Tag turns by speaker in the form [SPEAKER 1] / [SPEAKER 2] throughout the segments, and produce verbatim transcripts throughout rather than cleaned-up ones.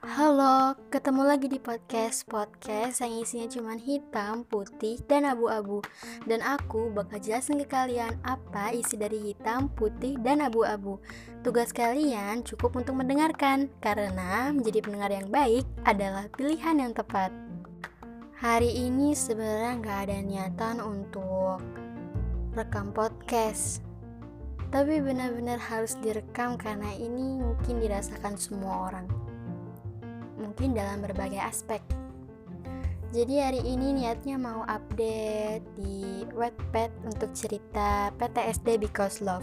[SPEAKER 1] Halo, ketemu lagi di podcast Podcast yang isinya cuma hitam, putih, dan abu-abu. Dan aku bakal jelasin ke kalian apa isi dari hitam, putih, dan abu-abu. Tugas kalian cukup untuk mendengarkan, karena menjadi pendengar yang baik adalah pilihan yang tepat. Hari ini sebenarnya gak ada niatan untuk rekam podcast, tapi benar-benar harus direkam karena ini mungkin dirasakan semua orang, mungkin dalam berbagai aspek. Jadi hari ini niatnya mau update di Wattpad untuk cerita P T S D Because Love.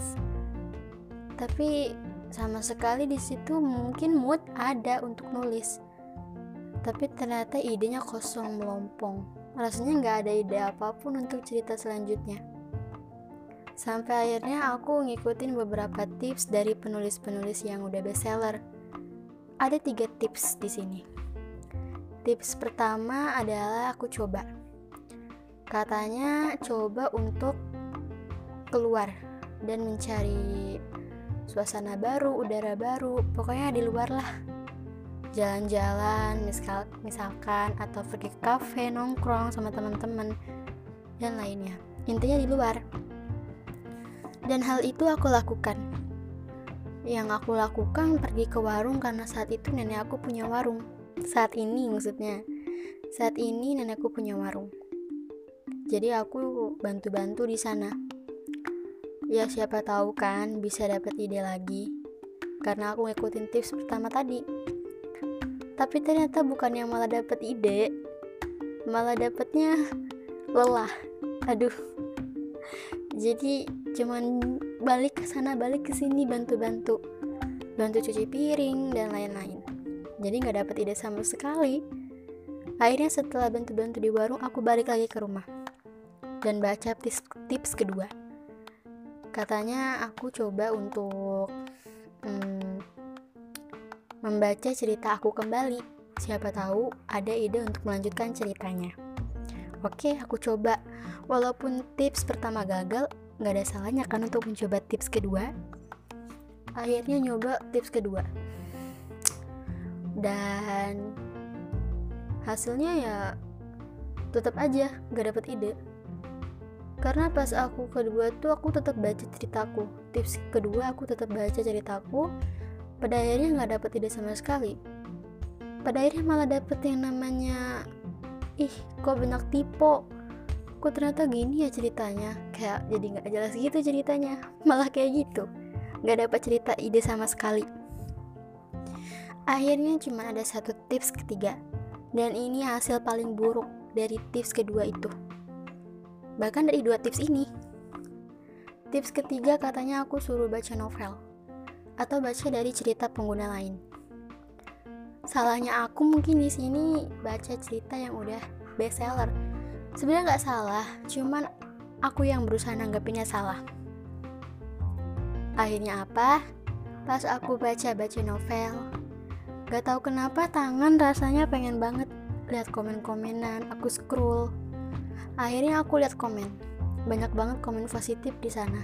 [SPEAKER 1] Tapi sama sekali di situ mungkin mood ada untuk nulis, tapi ternyata idenya kosong melompong. Rasanya nggak ada ide apapun untuk cerita selanjutnya. Sampai akhirnya aku ngikutin beberapa tips dari penulis-penulis yang udah bestseller. Ada tiga tips di sini. Tips pertama adalah aku coba. Katanya coba untuk keluar dan mencari suasana baru, udara baru, pokoknya di luar lah. Jalan-jalan, misal, misalkan atau pergi ke kafe, nongkrong sama teman-teman dan lainnya. Intinya di luar. Dan hal itu aku lakukan. Yang aku lakukan pergi ke warung karena saat itu nenek aku punya warung. Saat ini maksudnya. Saat ini nenekku punya warung. Jadi aku bantu-bantu di sana. Ya siapa tahu kan bisa dapat ide lagi. Karena aku ngikutin tips pertama tadi. Tapi ternyata bukannya malah dapat ide, malah dapatnya lelah. Aduh. Jadi cuman balik ke sana balik ke sini bantu-bantu bantu cuci piring dan lain-lain, jadi nggak dapat ide sama sekali. Akhirnya setelah bantu-bantu di warung, aku balik lagi ke rumah dan baca tips, tips kedua. Katanya aku coba untuk hmm, membaca cerita aku kembali, siapa tahu ada ide untuk melanjutkan ceritanya. Oke, aku coba. Walaupun tips pertama gagal, gak ada salahnya kan untuk mencoba tips kedua. Akhirnya nyoba tips kedua, dan hasilnya ya tetap aja gak dapet ide. Karena pas aku kedua tuh aku tetap baca ceritaku. Tips kedua aku tetap baca ceritaku. Pada akhirnya gak dapet ide sama sekali. Pada akhirnya malah dapet yang namanya, ih kok banyak tipe, kok ternyata gini ya ceritanya, kayak jadi gak jelas gitu ceritanya, malah kayak gitu, gak dapat cerita ide sama sekali. Akhirnya cuma ada satu tips ketiga, dan ini hasil paling buruk dari tips kedua itu, bahkan dari dua tips ini. Tips ketiga katanya aku suruh baca novel atau baca dari cerita pengguna lain. Salahnya aku mungkin di sini baca cerita yang udah bestseller. Sebenarnya nggak salah, cuman aku yang berusaha nanggepinnya salah. Akhirnya apa? Pas aku baca-baca novel, gak tahu kenapa tangan rasanya pengen banget lihat komen-komenan. Aku scroll, akhirnya aku lihat komen, banyak banget komen positif di sana.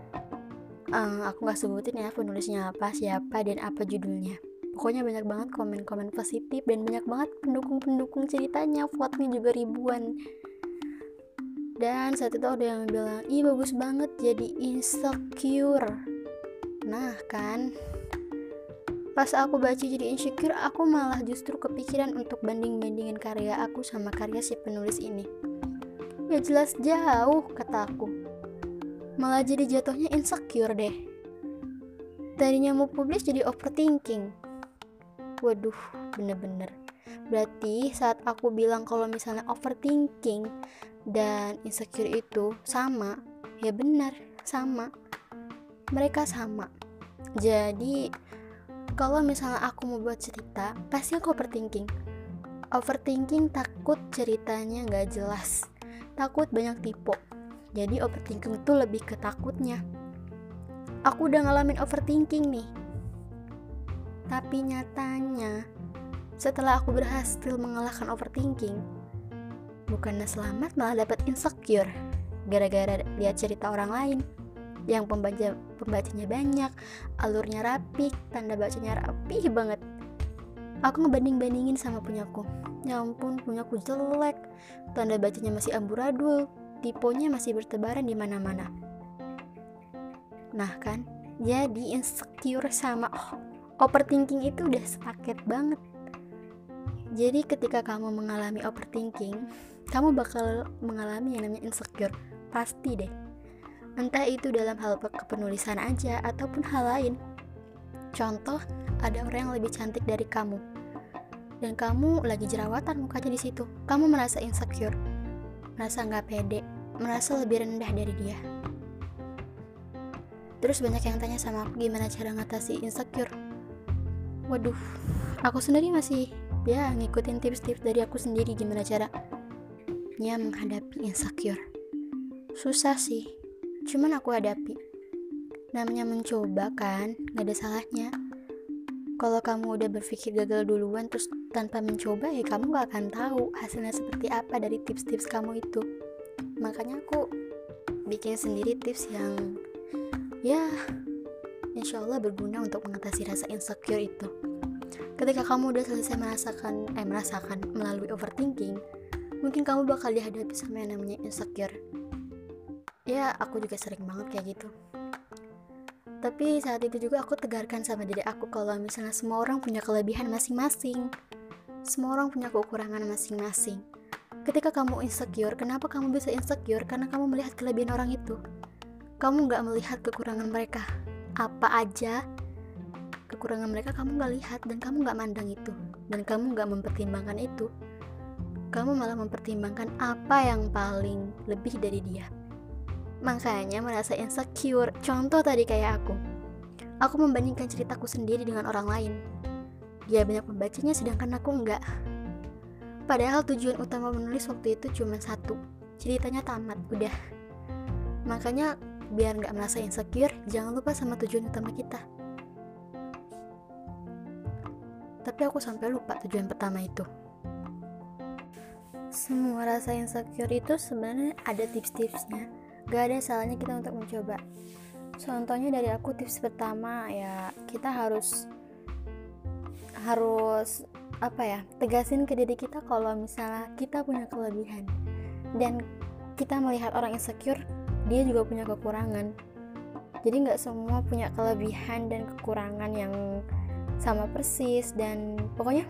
[SPEAKER 1] Um, aku nggak sebutin ya penulisnya apa, siapa, dan apa judulnya. Pokoknya banyak banget komen-komen positif dan banyak banget pendukung-pendukung ceritanya, vote-nya juga ribuan. Dan saat itu ada yang bilang, ih bagus banget, jadi insecure. Nah kan, pas aku baca jadi insecure, aku malah justru kepikiran untuk banding-bandingin karya aku sama karya si penulis ini. Ya jelas jauh, kata aku. Malah jadi jatuhnya insecure deh. Tadinya mau publish jadi overthinking. Waduh, bener-bener. Berarti saat aku bilang kalau misalnya overthinking dan insecure itu sama, ya benar, sama. Mereka sama. Jadi kalau misalnya aku mau buat cerita, pasti aku overthinking. Overthinking takut ceritanya gak jelas, takut banyak tipe. Jadi overthinking itu lebih ke takutnya. Aku udah ngalamin overthinking nih. Tapi nyatanya setelah aku berhasil mengalahkan overthinking, bukannya selamat malah dapat insecure gara-gara lihat cerita orang lain yang pembaca pembacanya banyak, alurnya rapi, tanda bacanya rapi banget. Aku ngebanding-bandingin sama punyaku. Ya ampun, punyaku jelek, tanda bacanya masih amburadul, tiponya masih bertebaran di mana-mana. Nah kan, jadi insecure sama oh, overthinking itu udah sepaket banget. Jadi ketika kamu mengalami overthinking, kamu bakal mengalami yang namanya insecure, pasti deh. Entah itu dalam hal kepenulisan aja ataupun hal lain. Contoh, ada orang yang lebih cantik dari kamu, dan kamu lagi jerawatan mukanya di situ. Kamu merasa insecure, merasa nggak pede, merasa lebih rendah dari dia. Terus banyak yang tanya sama aku gimana cara ngatasi insecure. Waduh, aku sendiri masih ya ngikutin tips-tips dari aku sendiri gimana caranya menghadapi insecure. Susah sih, cuman aku hadapi. Namanya mencoba kan, gak ada salahnya. Kalau kamu udah berpikir gagal duluan terus tanpa mencoba, ya kamu gak akan tahu hasilnya seperti apa dari tips-tips kamu itu. Makanya aku bikin sendiri tips yang ya insya Allah berguna untuk mengatasi rasa insecure itu. Ketika kamu udah selesai merasakan eh merasakan melalui overthinking, mungkin kamu bakal dihadapi sama yang namanya insecure. Ya aku juga sering banget kayak gitu. Tapi saat itu juga aku tegarkan sama diri aku kalau misalnya semua orang punya kelebihan masing-masing, semua orang punya kekurangan masing-masing. Ketika kamu insecure, kenapa kamu bisa insecure? Karena kamu melihat kelebihan orang itu, kamu gak melihat kekurangan mereka. Apa aja kekurangan mereka kamu gak lihat, dan kamu gak mandang itu, dan kamu gak mempertimbangkan itu. Kamu malah mempertimbangkan apa yang paling lebih dari dia. Makanya merasa insecure. Contoh tadi kayak aku Aku membandingkan ceritaku sendiri dengan orang lain. Dia banyak membacanya sedangkan aku enggak. Padahal tujuan utama menulis waktu itu cuma satu, ceritanya tamat, udah. Makanya biar gak merasa insecure, jangan lupa sama tujuan utama kita. Tapi aku sampai lupa tujuan pertama itu. Semua rasa insecure itu sebenarnya ada tips-tipsnya. Gak ada salahnya kita untuk mencoba. Contohnya dari aku, tips pertama ya kita harus harus apa ya tegasin ke diri kita kalau misalnya kita punya kelebihan, dan kita melihat orang insecure, dia juga punya kekurangan. Jadi nggak semua punya kelebihan dan kekurangan yang sama persis. Dan pokoknya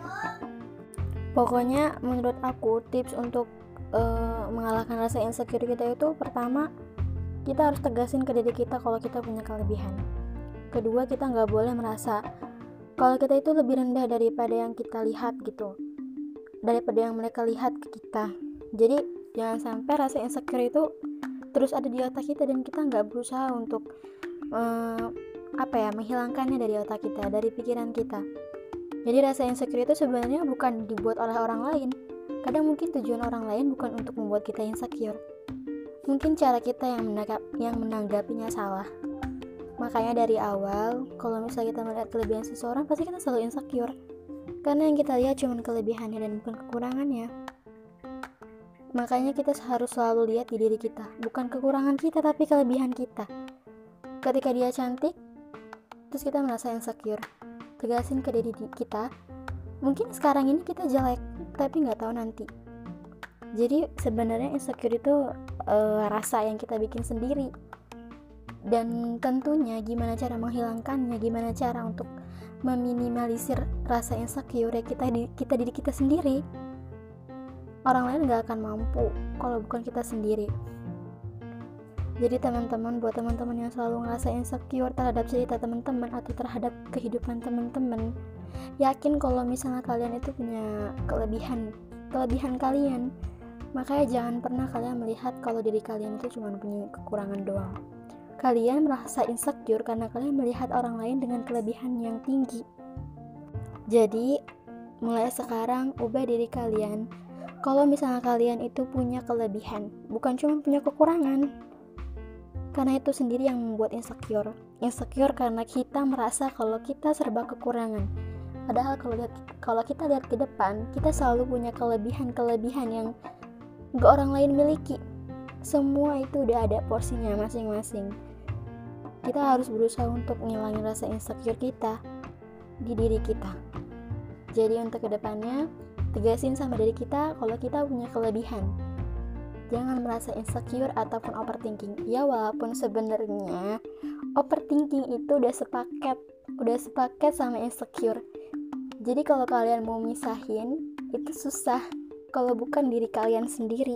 [SPEAKER 1] pokoknya menurut aku tips untuk uh, mengalahkan rasa insecure kita itu, pertama, kita harus tegasin ke diri kita kalau kita punya kelebihan. Kedua, kita nggak boleh merasa kalau kita itu lebih rendah daripada yang kita lihat gitu, daripada yang mereka lihat ke kita. Jadi jangan sampai rasa insecure itu terus ada di otak kita dan kita nggak berusaha untuk uh, apa ya menghilangkannya dari otak kita, dari pikiran kita. Jadi rasa insecure itu sebenarnya bukan dibuat oleh orang lain. Kadang mungkin tujuan orang lain bukan untuk membuat kita insecure. Mungkin cara kita yang menanggap, yang menanggapinya salah. Makanya dari awal, kalau misalnya kita melihat kelebihan seseorang, pasti kita selalu insecure. Karena yang kita lihat cuma kelebihannya dan bukan kekurangannya. Makanya kita harus selalu lihat di diri kita, bukan kekurangan kita tapi kelebihan kita. Ketika dia cantik, terus kita merasa insecure, tegasin ke diri kita, mungkin sekarang ini kita jelek, tapi nggak tahu nanti. Jadi sebenarnya insecure itu uh, rasa yang kita bikin sendiri. Dan tentunya gimana cara menghilangkannya, gimana cara untuk meminimalisir rasa insecure ya kita di, kita diri kita sendiri. Orang lain gak akan mampu kalau bukan kita sendiri. Jadi teman-teman, buat teman-teman yang selalu ngerasa insecure terhadap cerita teman-teman atau terhadap kehidupan teman-teman, yakin kalau misalnya kalian itu punya kelebihan kelebihan kalian. Makanya jangan pernah kalian melihat kalau diri kalian itu cuma punya kekurangan doang. Kalian merasa insecure karena kalian melihat orang lain dengan kelebihan yang tinggi. Jadi mulai sekarang ubah diri kalian. Kalau misalnya kalian itu punya kelebihan, bukan cuma punya kekurangan. Karena itu sendiri yang membuat insecure. Insecure karena kita merasa kalau kita serba kekurangan. Padahal kalau lihat kalau kita lihat ke depan, kita selalu punya kelebihan-kelebihan yang gak orang lain miliki. Semua itu udah ada porsinya masing-masing. Kita harus berusaha untuk ngilangin rasa insecure kita di diri kita. Jadi untuk kedepannya, tegasin sama diri kita kalau kita punya kelebihan. Jangan merasa insecure ataupun overthinking. Ya walaupun sebenarnya overthinking itu udah sepaket, udah sepaket sama insecure. Jadi kalau kalian mau misahin, itu susah kalau bukan diri kalian sendiri.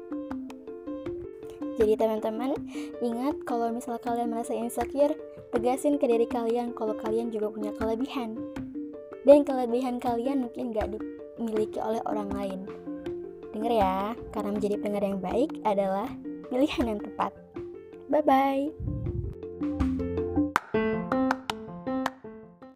[SPEAKER 1] Jadi teman-teman, ingat kalau misal kalian merasa insecure, tegasin ke diri kalian kalau kalian juga punya kelebihan. Dan kelebihan kalian mungkin gak dimiliki oleh orang lain. Dengar ya, karena menjadi pendengar yang baik adalah pilihan yang tepat. Bye-bye.